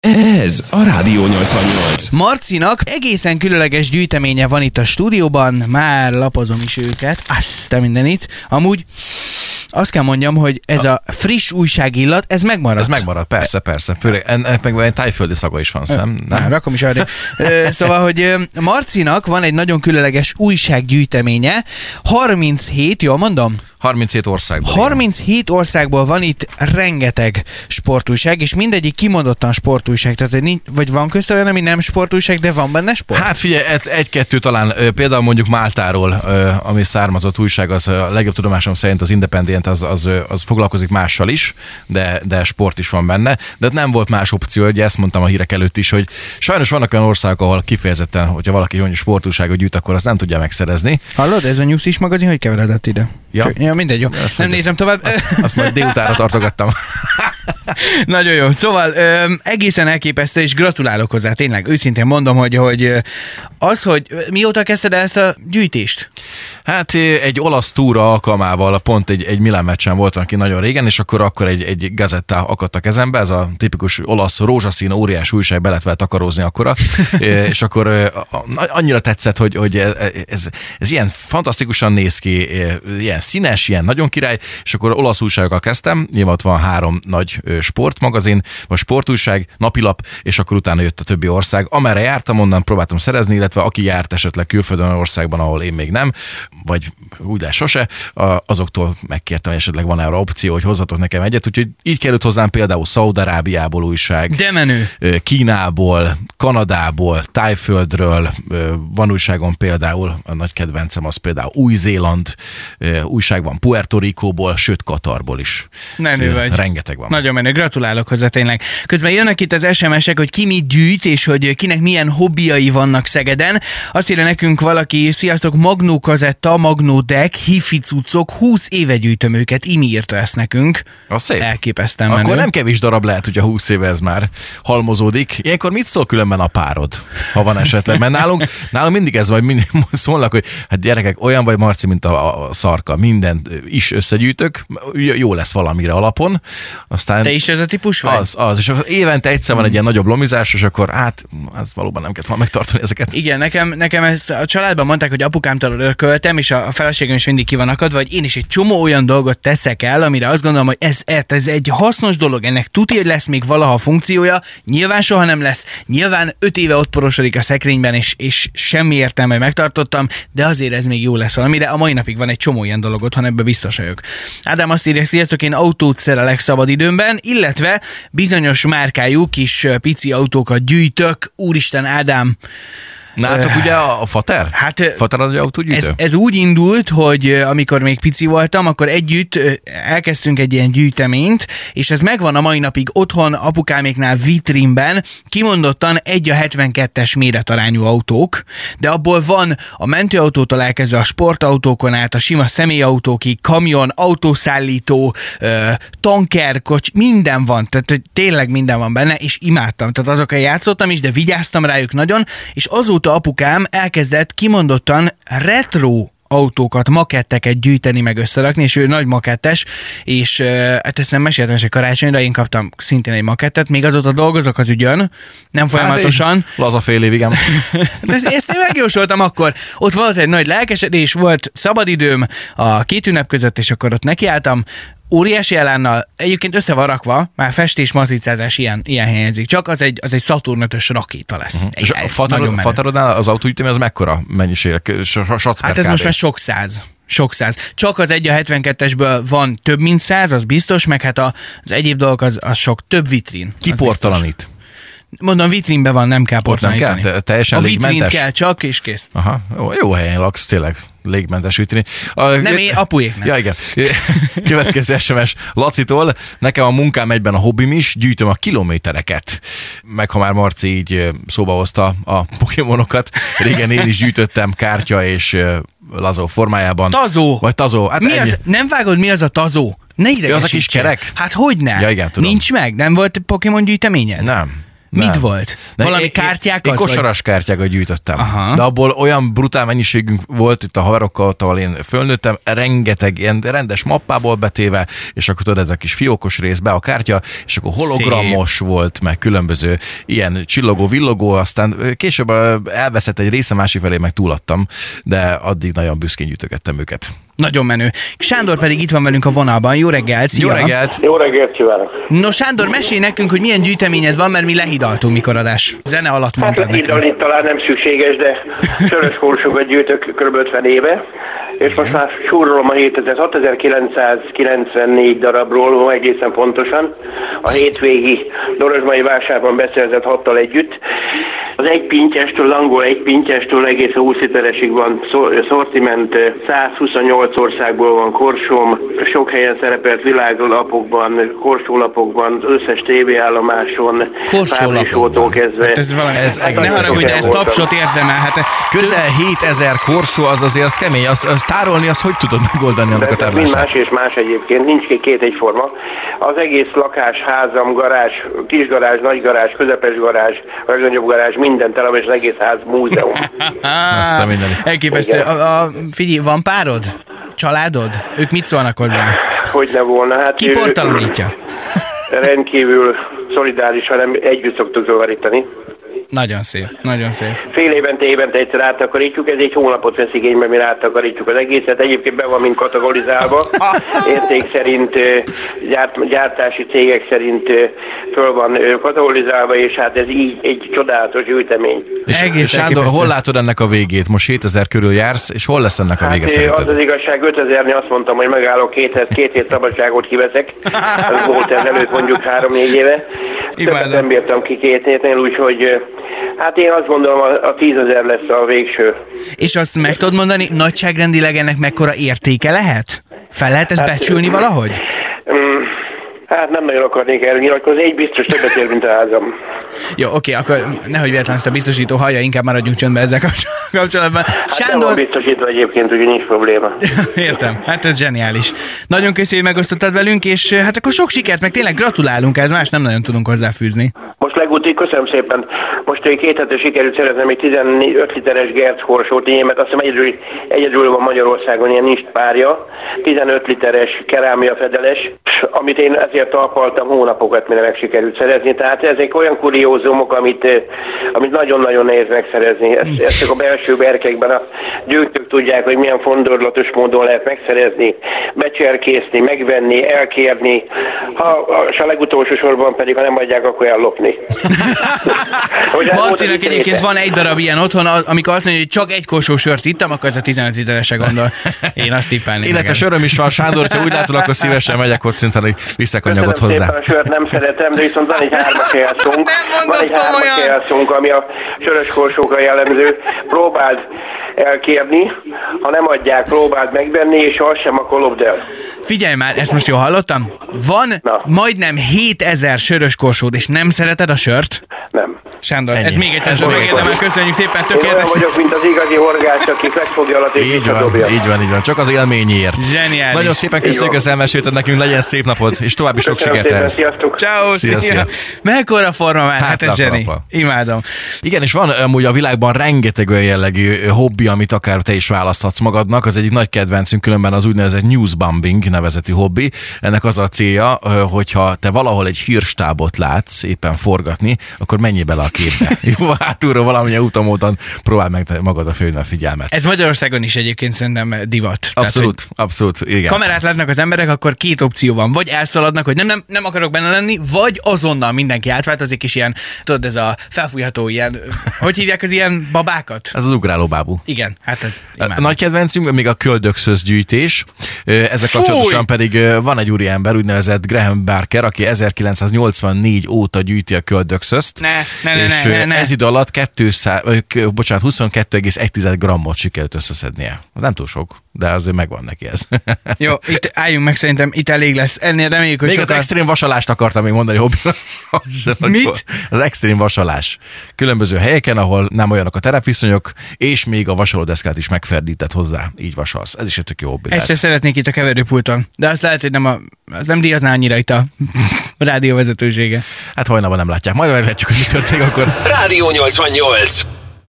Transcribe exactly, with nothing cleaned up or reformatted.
Ez a Rádió nyolcvannyolc. Marcinak egészen különleges gyűjteménye van itt a stúdióban, már lapozom is őket, azt a mindenit. Amúgy azt kell mondjam, hogy ez a friss újságillat, ez megmarad. Ez megmarad, persze, persze. Főleg ennek meg egy tájföldi szaga is van, nem? Nem, rakom is arra. Szóval, hogy Marcinak van egy nagyon különleges újsággyűjteménye, harminchét, jól mondom? harminchét országból. harminchét országból van itt rengeteg sportújság, és mindegyik kimondottan sportújság. Tehát, vagy van közt olyan, ami nem sportújság, de van benne sport? Hát figyelj, egy-kettő talán, például mondjuk Máltáról, ami származott újság, az a legjobb tudomásom szerint az Independent, az, az, az foglalkozik mással is, de, de sport is van benne. De nem volt más opció, ugye ezt mondtam a hírek előtt is, hogy sajnos vannak olyan országok, ahol kifejezetten, hogyha valaki mondjuk sportújságot gyűjt, akkor azt nem tudja megszerezni. Hallod, ez a Nyuszis magazin, hogy keveredett ide? Ja. Csak, ja, mindegy, jó. Azt nem nézem tovább. Azt, azt majd délutánra tartogattam. Nagyon jó. Szóval ö, egészen elképesztő, és gratulálok hozzá, tényleg. Őszintén mondom, hogy, hogy az, hogy mióta kezdted el ezt a gyűjtést? Hát egy olasz túra alkalmával, pont egy, egy Milán meccsen voltam ki nagyon régen, és akkor, akkor egy, egy gazetta akadt a kezembe, ez a tipikus olasz rózsaszín óriás újság, be lett vele takarózni akkora, és akkor annyira tetszett, hogy, hogy ez, ez ilyen fantasztikusan néz ki, ilyen színes, ilyen nagyon király, és akkor olasz újságokkal kezdtem, nyilván ott van három nagy sportmagazin, vagy sportújság, napilap, és akkor utána jött a többi ország. Amerre jártam, onnan próbáltam szerezni, illetve aki járt esetleg külföldön országban, ahol én még nem, vagy úgy lesz sose, azoktól megkértem, hogy esetleg van arra opció, hogy hozzatok nekem egyet, úgyhogy így került hozzám például Szaúd-Arábiából újság. De menő. Kínából, Kanadából, Tájföldről, van újságon például, a nagy kedvencem az például Új-Zéland, újság van Puerto Ricóból, sőt Katarból is. Menő vagy. Rengeteg van. Nagyon menő, gratulálok hozzá tényleg. Közben jönnek itt az es em es-ek, hogy ki mit gyűjt, és hogy kinek milyen hobbiai vannak Szegeden. Azt írja nekünk valaki, sziasztok, Magnó kazetta, Magnó deck, hifi cuccok, húsz éve gyűjtöm őket, Imi írta ezt nekünk. Az szép. Elképesztően menő. Akkor nem kevés darab lehet, hogyha húsz éve ez már halmozódik. Ilyenkor mit szól különben a párod, ha van esetleg? Mert nálunk, nálunk mindig ez vagy, mindig szólnak, hogy hát gyerekek, olyan vagy Marci, mint a, a szarka, mindent is összegyűjtök, jó lesz valamire alapon. Aztán te is ez a típus vagy? Az, az. És akkor évente egyszer van egy ilyen nagyobb lomizás, és akkor hát, az valóban nem kell megtartani ezeket. Igen, nekem, nekem ezt a családban mondták, hogy apukámtól örököltem, és a feleségem is mindig ki van akadva, hogy én is egy csomó olyan dolgot teszek el, amire azt gondolom, hogy ez, ez egy hasznos dolog, ennek tuti, hogy lesz még valaha funkciója, nyilván soha nem lesz, nyilván öt éve ott porosodik a szekrényben, és, és semmi értelme megtartottam, de azért ez még jó lesz valamire. A mai napig van egy csomó ilyen dolog otthon, ebbe biztos vagyok. Ádám azt írja, sziasztok, én autót szerelek szabadidőmben, illetve bizonyos márkájú kis pici autókat gyűjtök. Úristen, Ádám! Nálatok ugye a fater? Hát, fater az autógyűjtő? Ez, ez úgy indult, hogy amikor még pici voltam, akkor együtt elkezdtünk egy ilyen gyűjteményt, és ez megvan a mai napig otthon, apukáméknál vitrínben, kimondottan egy a hetvenkettes méretarányú autók, de abból van a mentőautótól elkezdve a sportautókon át, a sima személyautókig, kamion, autószállító, tanker, kocs, minden van, tehát tényleg minden van benne, és imádtam. Tehát azokkal játszottam is, de vigyáztam rájuk nagyon, és azóta apukám elkezdett kimondottan retro autókat, maketteket gyűjteni, meg összerakni, és ő nagy makettes, és uh, hát ezt nem meséltem se karácsonyra, én kaptam szintén egy makettet, még azóta dolgozok az ügyön, nem folyamatosan. Hát laza fél év, igen. De ezt én megjósoltam akkor. Ott volt egy nagy lelkesedés, volt szabadidőm a két ünnep között, és akkor ott nekiálltam, óriási elánnal, egyébként össze van rakva, már festés, matricázás ilyen, ilyen helyezik. Csak az egy, az egy Saturn ötös rakéta lesz. Uh-huh. És a Fatarodnál az autógyűjtmény az mekkora mennyiség? Hát ez most már sok száz. Sok száz. Csak az egy a hetvenkettesből van több mint száz, az biztos, meg hát az egyéb dolgok az, az sok, több vitrin. Kiportalanít. Mondom, vitrínben van, nem kell portalanítani. Te, teljesen a légmentes? vitrint kell csak, és kész. Aha, jó, jó helyen laksz, tényleg. Légmentes vitrin. A, nem, én apuéknek. Ja, igen. Következő es em es Lacitól. Nekem a munkám egyben a hobbim is, gyűjtöm a kilométereket. Meg ha már Marci így szóba hozta a Pokémonokat, régen én is gyűjtöttem kártya és lazó formájában. Tazó! Vagy tazó. Hát mi az, nem vágod, mi az a tazó? Ne idegesítsen. Az a kis kerek? Hát hogyne? Ja, igen, tudom. Nincs meg? Nem volt Pokémon gyűjteményed? Nem. Mit Nem. volt? De Valami én, kártyákat? Én kosaras kártyákat gyűjtöttem. Aha. De abból olyan brutál mennyiségünk volt itt a haverokkal, ahol én fölnőttem, rengeteg ilyen rendes mappából betéve, és akkor tudod, ez a kis fiókos részbe a kártya, és akkor hologramos Szép. volt, meg különböző ilyen csillogó, villogó, aztán később elveszett egy része, másik felé meg túladtam, de addig nagyon büszkén gyűjtögettem őket. Nagyon menő. Sándor pedig itt van velünk a vonalban. Jó reggelt, szia! Jó reggelt! Jó reggelt kívánok! No, Sándor, mesélj nekünk, hogy milyen gyűjteményed van, mert mi lehidaltunk, mikor adás. Zene alatt Hát mondtad itt nekünk. talán nem szükséges, de sörös korsokat gyűjtök kb. ötven éve, és most már súrolom a hétezer, hatezerkilencszázkilencvennégy darabról, egészen pontosan, a hétvégi Dorozsmai vásárban beszerzett hattal együtt. Az egy pintyestől, az angol egy pintyestől egész húsz literesig van szortiment, százhuszonnyolc országból van korsóm, sok helyen szerepelt világlapokban, korsólapokban, az összes tévéállomáson, Fábrisótól kezdve. Hát ez valami, Ez ez ne egész haragudj, de ez voltam. tapsot érdemel. Hát, Közel hétezer korsó, az azért az kemény, az, az tárolni, az hogy tudod megoldani annak a De ez mind tárlását? más és más egyébként, nincs két egyforma. Az egész lakás, házam, garázs, kis garázs, nagy garázs, közepes garázs, legnagyobb garázs, minden tele, és az egész ház múzeum. Azt a mindenit. elképesztő. Igen. A, a, figyelj, van párod? Családod? Ők mit szólnak hozzá? Hogy ne volna, hát Ki ő- portalanítja? rendkívül szolidárisan nem- együtt szoktuk zavarítani. Nagyon szép, nagyon szép. Fél évente, évente egyszer áttakarítjuk, ez egy hónapot vesz igénybe, mire áttakarítjuk az egészet. Egyébként be van mind kategorizálva, érték szerint, ö, gyárt, gyártási cégek szerint ö, föl van ö, kategorizálva, és hát ez így egy csodálatos gyűjtemény. És Egész Sándor, elképesztő. hol látod ennek a végét? Most hétezer körül jársz, és hol lesz ennek a vége Hát ö, az szerinted? az igazság, ötezernél azt mondtam, hogy megállok két, hét- két hét szabadságot kiveszek. Ez volt ezelőtt mondjuk három-négy éve. Imádom. Többet nem bírtam ki két hétnél, úgyhogy ö, hát én azt gondolom, a, a tízezer lesz a végső. És azt meg tudod mondani, nagyságrendileg ennek mekkora értéke lehet? Fel lehet ezt becsülni valahogy? Mm, hát nem nagyon akarnék erről nyilatkozni, egy biztos többet ér, mint a házam. Jó, oké, akkor nehogy véletlenül ezt a biztosító hallja, inkább maradjunk csöndbe ezzel kapcsolatban. Hát nem Sándor, van biztosítva egyébként, úgyhogy nincs probléma. értem, hát ez zseniális. Nagyon köszönjük, hogy megosztottad velünk, és hát akkor sok sikert, meg tényleg gratulálunk, ez más nem nagyon tudunk hozzáfűzni. Most legutóbb, köszönöm szépen, most egy két hete sikerült szereznem egy tizenöt literes Gerc korsót, mert azt hiszem egyedül, egyedül van Magyarországon, ilyen nincs párja, tizenöt literes kerámia fedeles, amit én ezért talpaltam hónapokat, mire meg sikerült szerezni. Tehát ezek olyan kuriózumok, amit, eh, amit nagyon-nagyon nehéz megszerezni. Ezt, ezt csak a belső berkekben a gyűjtők tudják, hogy milyen fondorlatos módon lehet megszerezni, becserkészni, megvenni, elkérni, ha, és a legutolsó sorban pedig, ha nem adják, akkor ellopni. Hogy ez volt az Marcinak itt egyébként része. van egy darab ilyen otthon, a- amikor azt mondja, hogy csak egy korsó sört ittam, akkor ez a tizenöt literesre gondol. Én azt tippelném. Illetve neked. söröm is van, Sándor, ha úgy látod, akkor szívesen megyek ott szinten, hogy viszek anyagot Köszönöm hozzá. szépen, a sört nem szeretem, de viszont van egy hármas jelszónk. Nem mondod Van egy hármas komolyan? jelszónk, ami a sörös korsókra jellemző. Próbáld elkérni, ha nem adják, próbáld megvenni, és ha az sem, akkor lopd el. Figyelj már, ezt most jól hallottam? Van Na. majdnem hétezer sörös korsód, és nem szereted a sört? Nem. Sándor, Ennyi. ez még egy Ez tesó még egy megérdemel, köszönjük szépen, Én olyan tökéletes. vagyok, mint az igazi horgász, aki megfogja alatt és Így van, visszadobja. így van, így van. Csak az élményért. Zseniális. Nagyon szépen Így köszönjük, van. hogy elmesélted nekünk, legyen szép napod, és további sok Köszönöm sikert szépen, ehhez. sziasztok! Ciao, Szia, szia. szia. Mekkora forma már, hát, Hát, ez zseni. lapa. Imádom. Igen, és van amúgy a világban rengeteg olyan jellegű hobbi, amit akár te is választhatsz magadnak. Az egyik nagy kedvencünk különben az úgynevezett newsbombing nevezetű hobbi. Ennek az a célja, hogyha te valahol egy hírstábot látsz éppen forgatni, akkor menjél bele a képbe. Jó, hátulról valamilyen úton módon próbál meg magadra fölni a figyelmet. Ez Magyarországon is egyébként szerintem divat. Abszolút, Tehát, abszolút, igen. hogy kamerát látnak az emberek, akkor két opció van. Vagy elszaladnak, hogy nem, nem, nem akarok benne lenni, vagy azonnal mindenki átváltozik, és ilyen, tudod, ez a felfújható ilyen, hogy hívják az ilyen babákat? Ez az ugráló bábú. Igen, hát ez A imádom. nagy kedvencünk még a köldökszöz gyűjtés. Ezzel Fúj! kapcsolatosan pedig van egy úriember, úgynevezett Graham Barker, aki ezerkilencszáznyolcvannégy óta gyűjti a köldökszözt. Ne, ne, ne, ne, és ne, ne. ez idő alatt kétszáz, bocsánat, huszonkettő egész egy grammot sikerült összeszednie. Az nem túl sok, de azért megvan neki ez. Jó, itt álljunk meg, szerintem itt elég lesz. Ennél reméljük, hogy Még sokkal... az extrém vasalást akartam még mondani hobbira. Mit? Az extrém vasalás. Különböző helyeken, ahol nem olyanok a terepviszonyok, és még a vasalódeszkát is megferdített hozzá, így vasalsz. Ez is egy tök jó hobbi lehet. Egyszer szeretnék itt a keverőpulton, de azt lehet, hogy nem a, az nem díjazná annyira itt a rádió vezetősége. Hát hajnalban nem látják. Majd meglátjuk, hogy mi történik akkor. Rádió nyolcvannyolc.